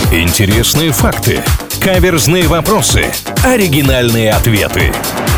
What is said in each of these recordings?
Интересные факты, каверзные вопросы, оригинальные ответы.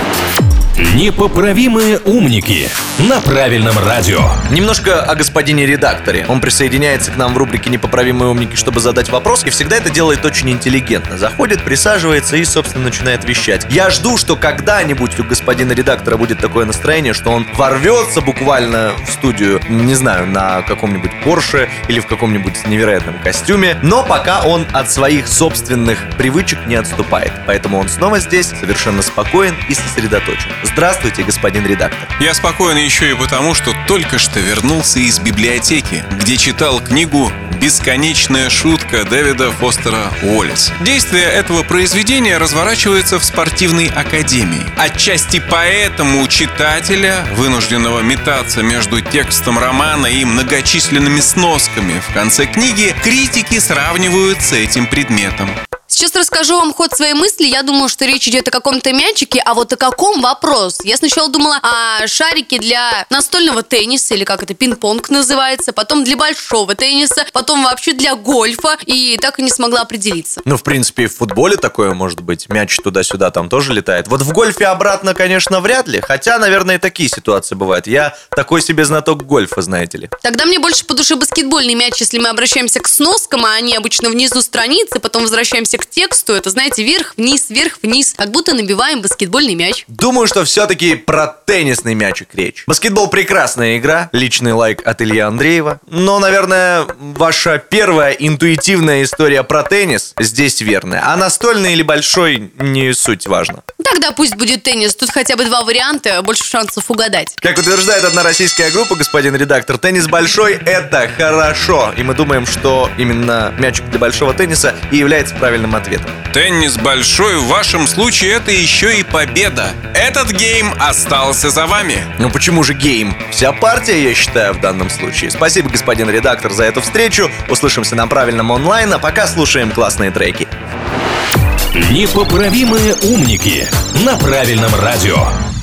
Непоправимые умники на правильном радио. Немножко о господине редакторе. Он присоединяется к нам в рубрике «Непоправимые умники», чтобы задать вопрос, и всегда это делает очень интеллигентно. Заходит, присаживается и, собственно, начинает вещать. Я жду, что когда-нибудь у господина редактора будет такое настроение, что он ворвется буквально в студию, не знаю, на каком-нибудь Порше или в каком-нибудь невероятном костюме, но пока он от своих собственных привычек не отступает. Поэтому он снова здесь, совершенно спокоен и сосредоточен. Здравствуйте, господин редактор. Я спокоен еще и потому, что только что вернулся из библиотеки, где читал книгу «Бесконечная шутка» Дэвида Фостера Уоллеса. Действие этого произведения разворачивается в спортивной академии. Отчасти поэтому читателя, вынужденного метаться между текстом романа и многочисленными сносками в конце книги, критики сравнивают с этим предметом. Сейчас расскажу вам ход своей мысли. Я думала, что речь идет о каком-то мячике, а вот о каком вопрос? Я сначала думала о шарике для настольного тенниса, или как это, пинг-понг называется, потом для большого тенниса, потом вообще для гольфа, и так и не смогла определиться. Ну, в принципе, и в футболе такое может быть. Мяч туда-сюда там тоже летает. Вот в гольфе обратно, конечно, вряд ли. Хотя, наверное, и такие ситуации бывают. Я такой себе знаток гольфа, знаете ли. Тогда мне больше по душе баскетбольный мяч, если мы обращаемся к сноскам, а они обычно внизу страницы, потом возвращаемся к тексту, это, знаете, вверх-вниз, как будто набиваем баскетбольный мяч. Думаю, что все-таки про теннисный мячик речь. Баскетбол — прекрасная игра, личный лайк от Ильи Андреева. Но, наверное, ваша первая интуитивная история про теннис здесь верная. А настольный или большой, не суть важно. Тогда пусть будет теннис, тут хотя бы два варианта, больше шансов угадать. Как утверждает одна российская группа, господин редактор, теннис большой — это хорошо. И мы думаем, что именно мячик для большого тенниса и является правильным ответом. Теннис большой в вашем случае — это еще и победа. Этот гейм остался за вами. Ну почему же гейм? Вся партия, я считаю, в данном случае. Спасибо, господин редактор, за эту встречу. Услышимся на правильном онлайн, а пока слушаем классные треки. Непоправимые умники на правильном радио.